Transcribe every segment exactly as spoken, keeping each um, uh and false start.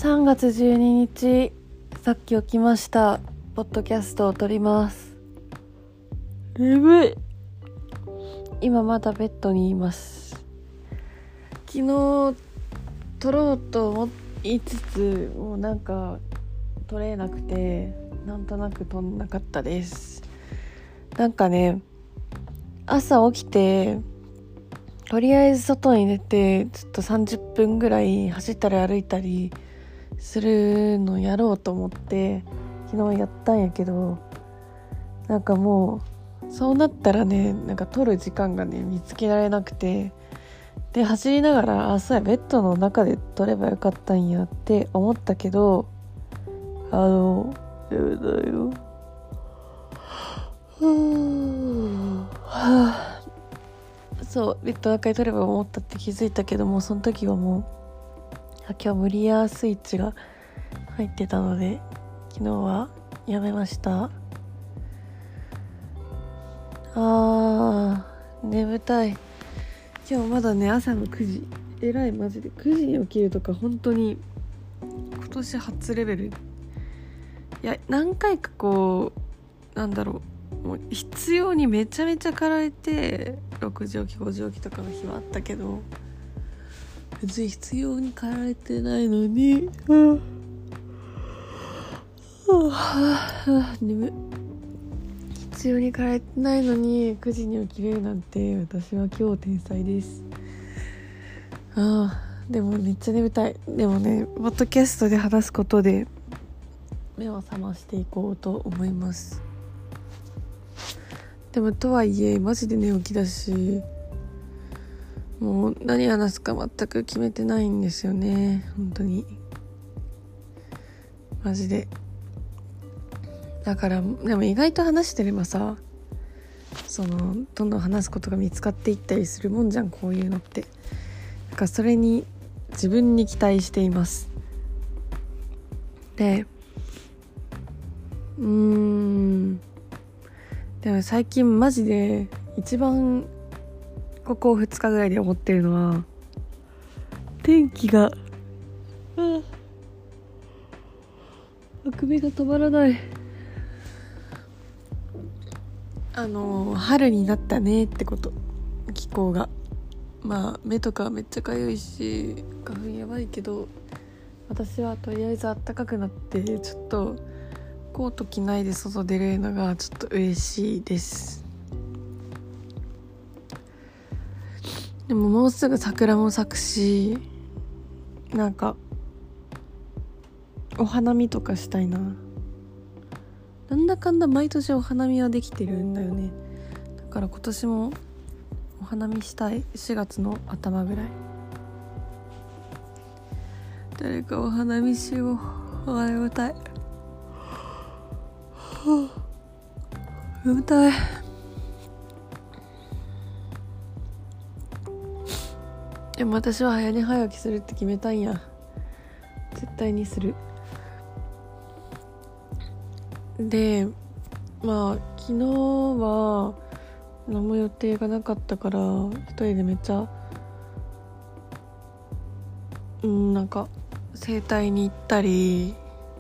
さんがつじゅうににち、さっき起きました。ポッドキャストを撮ります。眠い。今まだベッドにいます。昨日撮ろうと思いつつもうなんか撮れなくて、なんとなく撮んなかったです。なんかね、朝起きてとりあえず外に出てちょっとさんじゅっぷんぐらい走ったり歩いたりするのやろうと思って昨日やったんやけど、なんかもうそうなったらね、なんか撮る時間がね見つけられなくて、で走りながら、あ、そうやベッドの中で撮ればよかったんやって思ったけど、あのやめだよ。はあ、そうベッドの中で撮れば思ったって気づいたけども、その時はもうあ今日無理やスイッチが入ってたので昨日はやめました。あー眠たい。今日まだね朝のくじ、えらいマジでくじに起きるとか本当に今年初レベル。いや何回かこうなんだろう、もう必要にめちゃめちゃ駆られてろくじ起きごじ起きとかの日はあったけど、別に必要に駆られてないのに、はあはあはあ、眠い。必要に駆られてないのにくじに起きれるなんて、私は今日天才です。ああでもめっちゃ眠たい。でもねポッドキャストで話すことで目を覚ましていこうと思います。でもとはいえマジで寝起きだし、もう何話すか全く決めてないんですよね、本当にマジで。だからでも意外と話してればさ、そのどんどん話すことが見つかっていったりするもんじゃん、こういうのって。だからそれに自分に期待しています。でうーんでも最近マジで一番ここふつかぐらいで思ってるのは、天気がああくびが止まらない。あの春になったねってこと。気候がまあ目とかめっちゃかゆいし花粉やばいけど、私はとりあえず暖かくなってちょっとコート着ないで外出れるのがちょっと嬉しいです。でももうすぐ桜も咲くし、なんかお花見とかしたいな。なんだかんだ毎年お花見はできてるんだよね。だから今年もお花見したい。しがつの頭ぐらい。誰かお花見しよう。眠たい。眠たい。でも私は早寝早起きするって決めたんや。絶対にする。でまあ昨日は何も予定がなかったから一人でめっちゃうんなんか整体に行ったり、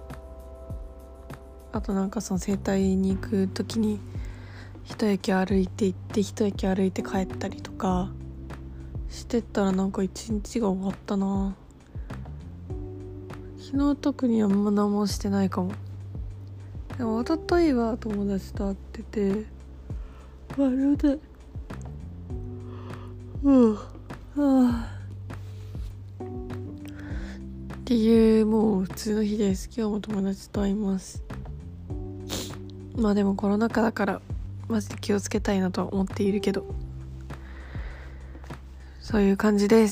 あとなんかその整体に行く時に一駅歩いて行って一駅歩いて帰ったりとかしてたら、なんか一日が終わったな。昨日特にあんま何もしてないかも。でも一昨日は友達と会ってて、まるでうんはあっていうもう普通の日です。今日も友達と会います。まあでもコロナ禍だからマジで気をつけたいなとは思っているけど、そういう感じです。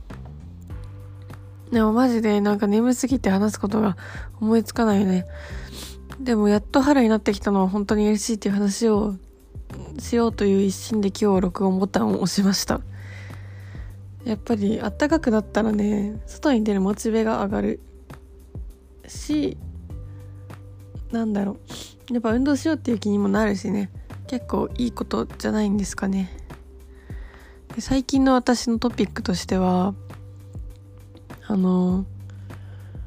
でもマジでなんか眠すぎて話すことが思いつかないよね。でもやっと春になってきたのは本当に嬉しいっていう話をしようという一心で今日録音ボタンを押しました。やっぱり暖かくなったらね、外に出るモチベが上がるし、なんだろう、やっぱ運動しようっていう気にもなるしね、結構いいことじゃないんですかね。で最近の私のトピックとしては、あの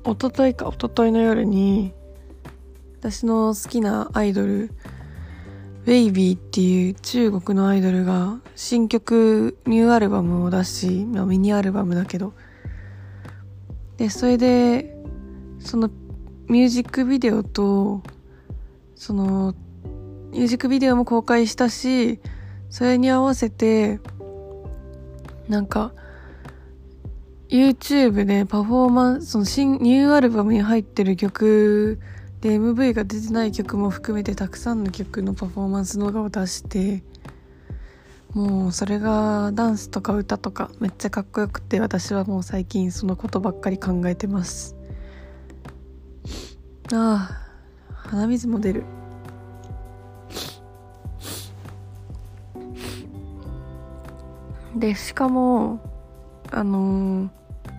一昨日か一昨日の夜に私の好きなアイドルウェイビーっていう中国のアイドルが新曲ニューアルバムを出し、まあ、ミニアルバムだけどでそれでそのミュージックビデオとそのミュージックビデオも公開したしそれに合わせてなんか YouTube でパフォーマンスその新ニューアルバムに入ってる曲で エムブイ が出てない曲も含めてたくさんの曲のパフォーマンス動画を出してもうそれがダンスとか歌とかめっちゃかっこよくて私はもう最近そのことばっかり考えてます。ああ鼻水も出る。でしかもあのー、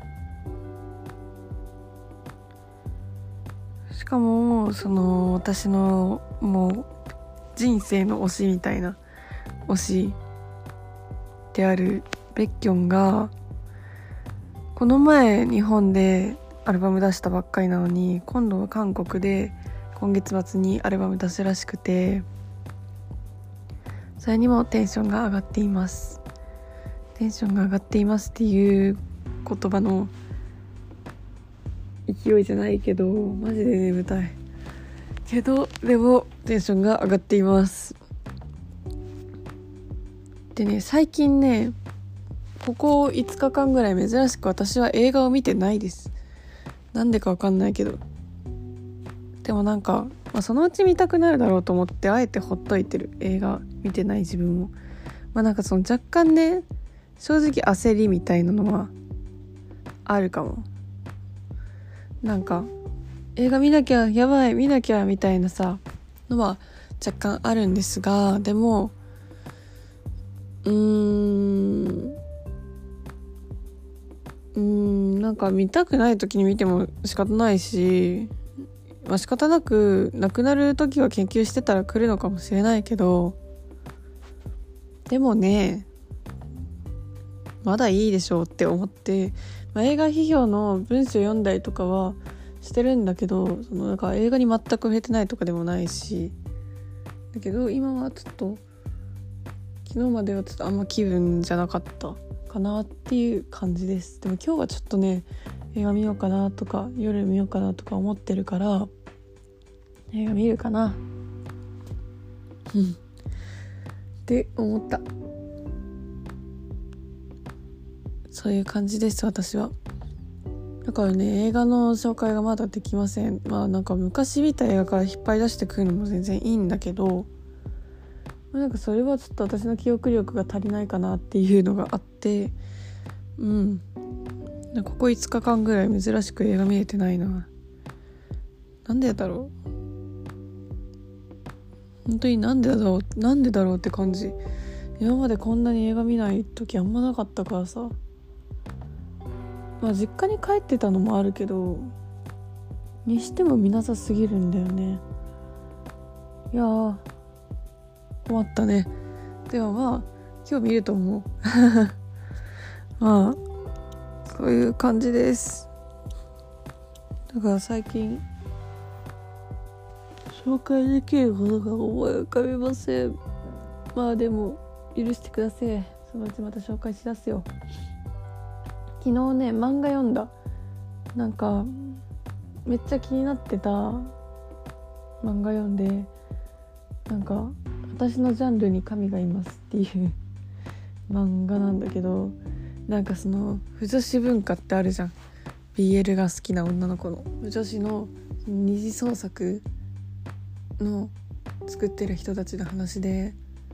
しかもその私のもう人生の推しみたいな推しであるベッキョンがこの前日本でアルバム出したばっかりなのに今度は韓国で今月末にアルバム出すらしくてそれにもテンションが上がっています。テンションが上がっていますっていう言葉の勢いじゃないけどマジで眠たいけどでもテンションが上がっています。でね最近ねここいつかかんぐらい珍しく私は映画を見てないです。なんでかわかんないけどでもなんか、まあ、そのうち見たくなるだろうと思ってあえてほっといてる映画見てない自分をまあなんかその若干ね正直焦りみたいなのはあるかも。なんか映画見なきゃやばい見なきゃみたいなさのは若干あるんですがでもうーんうーんなんか見たくない時に見ても仕方ないしまあ仕方なくなくなる時は研究してたら来るのかもしれないけどでもねまだいいでしょうって思って、まあ、映画批評の文章読んだりとかはしてるんだけどそのなんか映画に全く触れてないとかでもないしだけど今はちょっと昨日まではちょっとあんま気分じゃなかったかなっていう感じです。でも今日はちょっとね映画見ようかなとか夜見ようかなとか思ってるから映画見るかなうんって思った。そういう感じです私は。だからね映画の紹介がまだできません。まあなんか昔見た映画から引っ張り出してくるのも全然いいんだけどなんかそれはちょっと私の記憶力が足りないかなっていうのがあってうんここいつかかんぐらい珍しく映画見れてないな。なんでだろう本当になんでだろうなんでだろうって感じ。今までこんなに映画見ない時あんまなかったからさまあ実家に帰ってたのもあるけどにしても見なさすぎるんだよね。いやー困ったね。でもまあ今日見ると思うまあそういう感じです。だから最近紹介できることが思い浮かびません。まあでも許してください。そのうちまた紹介しだすよ。昨日ね漫画読んだ。なんかめっちゃ気になってた漫画読んでなんか私のジャンルに神がいますっていう漫画なんだけどなんかその腐女子文化ってあるじゃん。 ビーエル が好きな女の子の腐女子の二次創作の作ってる人たちの話で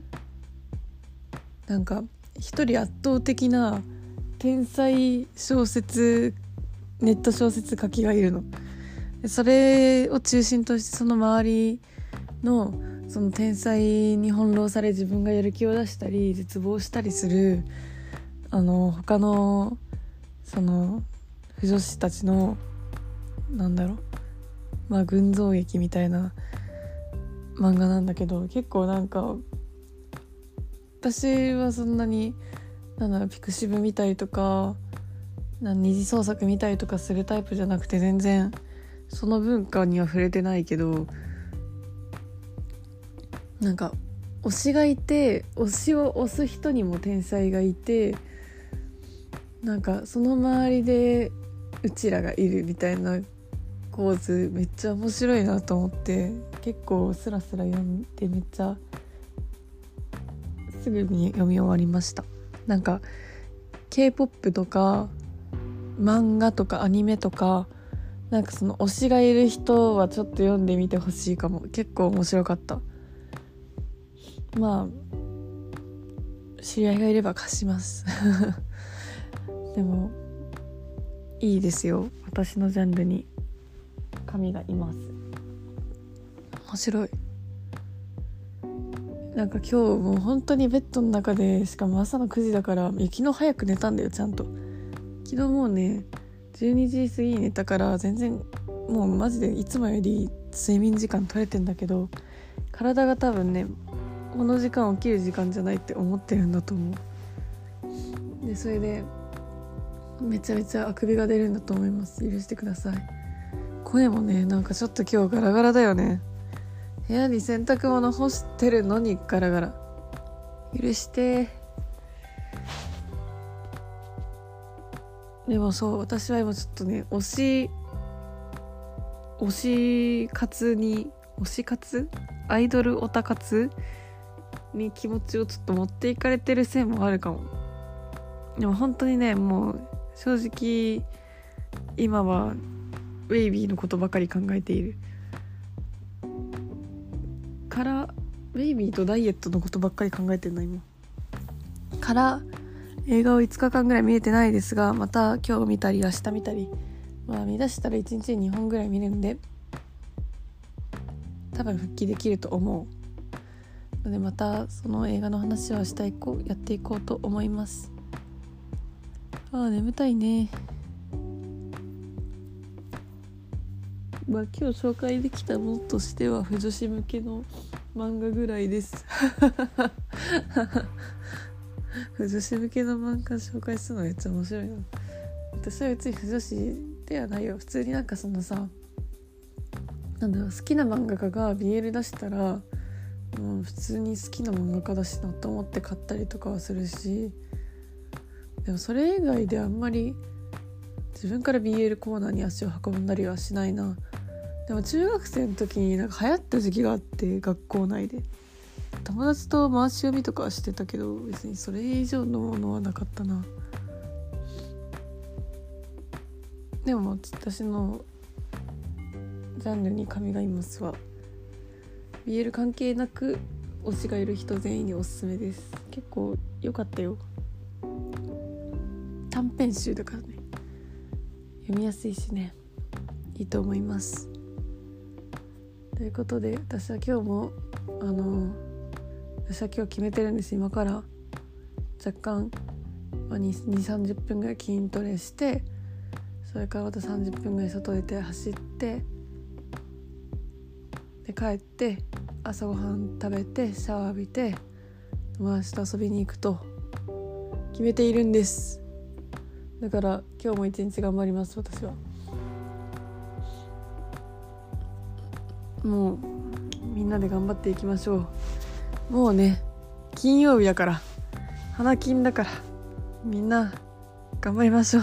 なんか一人圧倒的な天才小説ネット小説書きがいるの。それを中心としてその周りのその天才に翻弄され自分がやる気を出したり絶望したりするあの他のその腐女子たちのなんだろうまあ群像劇みたいな漫画なんだけど結構なんか私はそんなになんだろうピクシブ見たりとか二次創作見たりとかするタイプじゃなくて、全然その文化には触れてないけど、なんか推しがいて、推しを推す人にも天才がいて、なんかその周りでうちらがいるみたいな構図めっちゃ面白いなと思って、結構スラスラ読んでめっちゃすぐに読み終わりました。なんか K-ポップ とか漫画とかアニメとか、なんかその推しがいる人はちょっと読んでみてほしいかも。結構面白かった。まあ知り合いがいれば貸しますでもいいですよ、私のジャンルに神がいます。面白い。なんか今日もう本当にベッドの中で、しかも朝のくじだから、昨日早く寝たんだよちゃんと。昨日もうねじゅうにじ過ぎに寝たから、全然もうマジでいつもより睡眠時間取れてんだけど、体が多分ねこの時間起きる時間じゃないって思ってるんだと思う。でそれでめちゃめちゃあくびが出るんだと思います。許してください。声もねなんかちょっと今日ガラガラだよね。部屋に洗濯物干してるのにガラガラ。許して。でもそう、私は今ちょっとね推し推し活に推し活アイドルオタ活に気持ちをちょっと持っていかれてるせいもあるかも。でも本当にね、もう正直今はウェイビーのことばかり考えているから、ウェイビーとダイエットのことばっかり考えてるの今から映画をいつかかんぐらい見れてないですが、また今日見たり明日見たり、まあ見出したらいちにちににほんぐらい見るんで、多分復帰できると思うので、またその映画の話は明日以降やっていこうと思います。あー眠たいね。まあ今日紹介できたものとしては腐女子向けの漫画ぐらいです腐女子向けの漫画紹介するのめっちゃ面白いな。私は別に腐女子ではないよ。普通になんかそのさ、なんだろう、好きな漫画家が ビーエル 出したら、もう普通に好きな漫画家だしなと思って買ったりとかはするし、でもそれ以外であんまり自分から ビーエル コーナーに足を運んだりはしないな。でも中学生の時になんか流行った時期があって、学校内で友達と回し読みとかはしてたけど、別にそれ以上のものはなかったな。でも私のジャンルに神がいますわ。 ビーエル 関係なく推しがいる人全員におすすめです。結構良かったよ。短編集だからね、読みやすいしね、いいと思います。ということで、私は今日もあの私は今日決めてるんです。今から若干、まあ、にじゅう、さんじゅっぷんぐらい筋トレして、それからまたさんじゅっぷんぐらい外出て走って、で帰って朝ごはん食べてシャワー浴びて友達と遊びに行くと決めているんです。だから今日も一日頑張ります。私はもうみんなで頑張っていきましょう。もうね金曜日だから、花金だから、みんな頑張りましょう。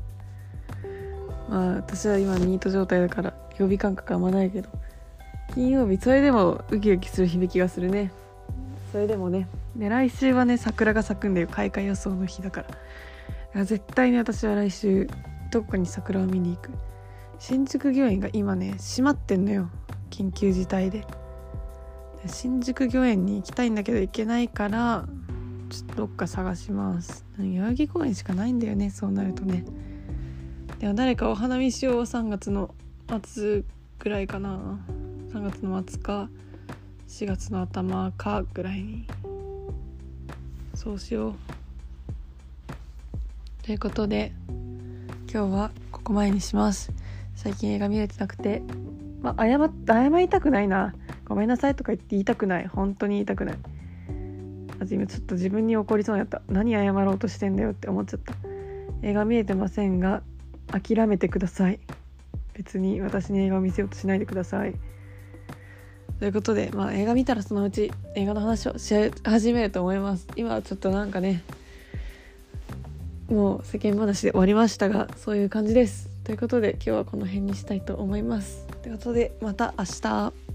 まあ私は今ニート状態だから曜日感覚あんまないけど、金曜日それでもウキウキする響きがするね。それでもね、で来週はね桜が咲くんだよ。開花予想の日だから、絶対に私は来週どこかに桜を見に行く。新宿御苑が今ね閉まってんのよ、緊急事態で。で新宿御苑に行きたいんだけど行けないから、ちょっとどっか探します。代々木公園しかないんだよね、そうなるとね。でも誰かお花見しよう。さんがつの末ぐらいかな、さんがつの末かしがつの頭かぐらいに、そうしよう。ということで今日はここまでにします。最近映画見れてなくて、まあ、謝っ謝りたくないな、ごめんなさいとか言って言いたくない、本当に言いたくない。今ちょっと自分に怒りそうになった。何謝ろうとしてんだよって思っちゃった。 映画見えてませんが諦めてください。別に私に映画を見せようとしないでください。ということで、まあ、映画見たらそのうち映画の話をし始めると思います。今はちょっとなんかねもう世間話で終わりましたが、そういう感じです。ということで今日はこの辺にしたいと思います。ということでまた明日。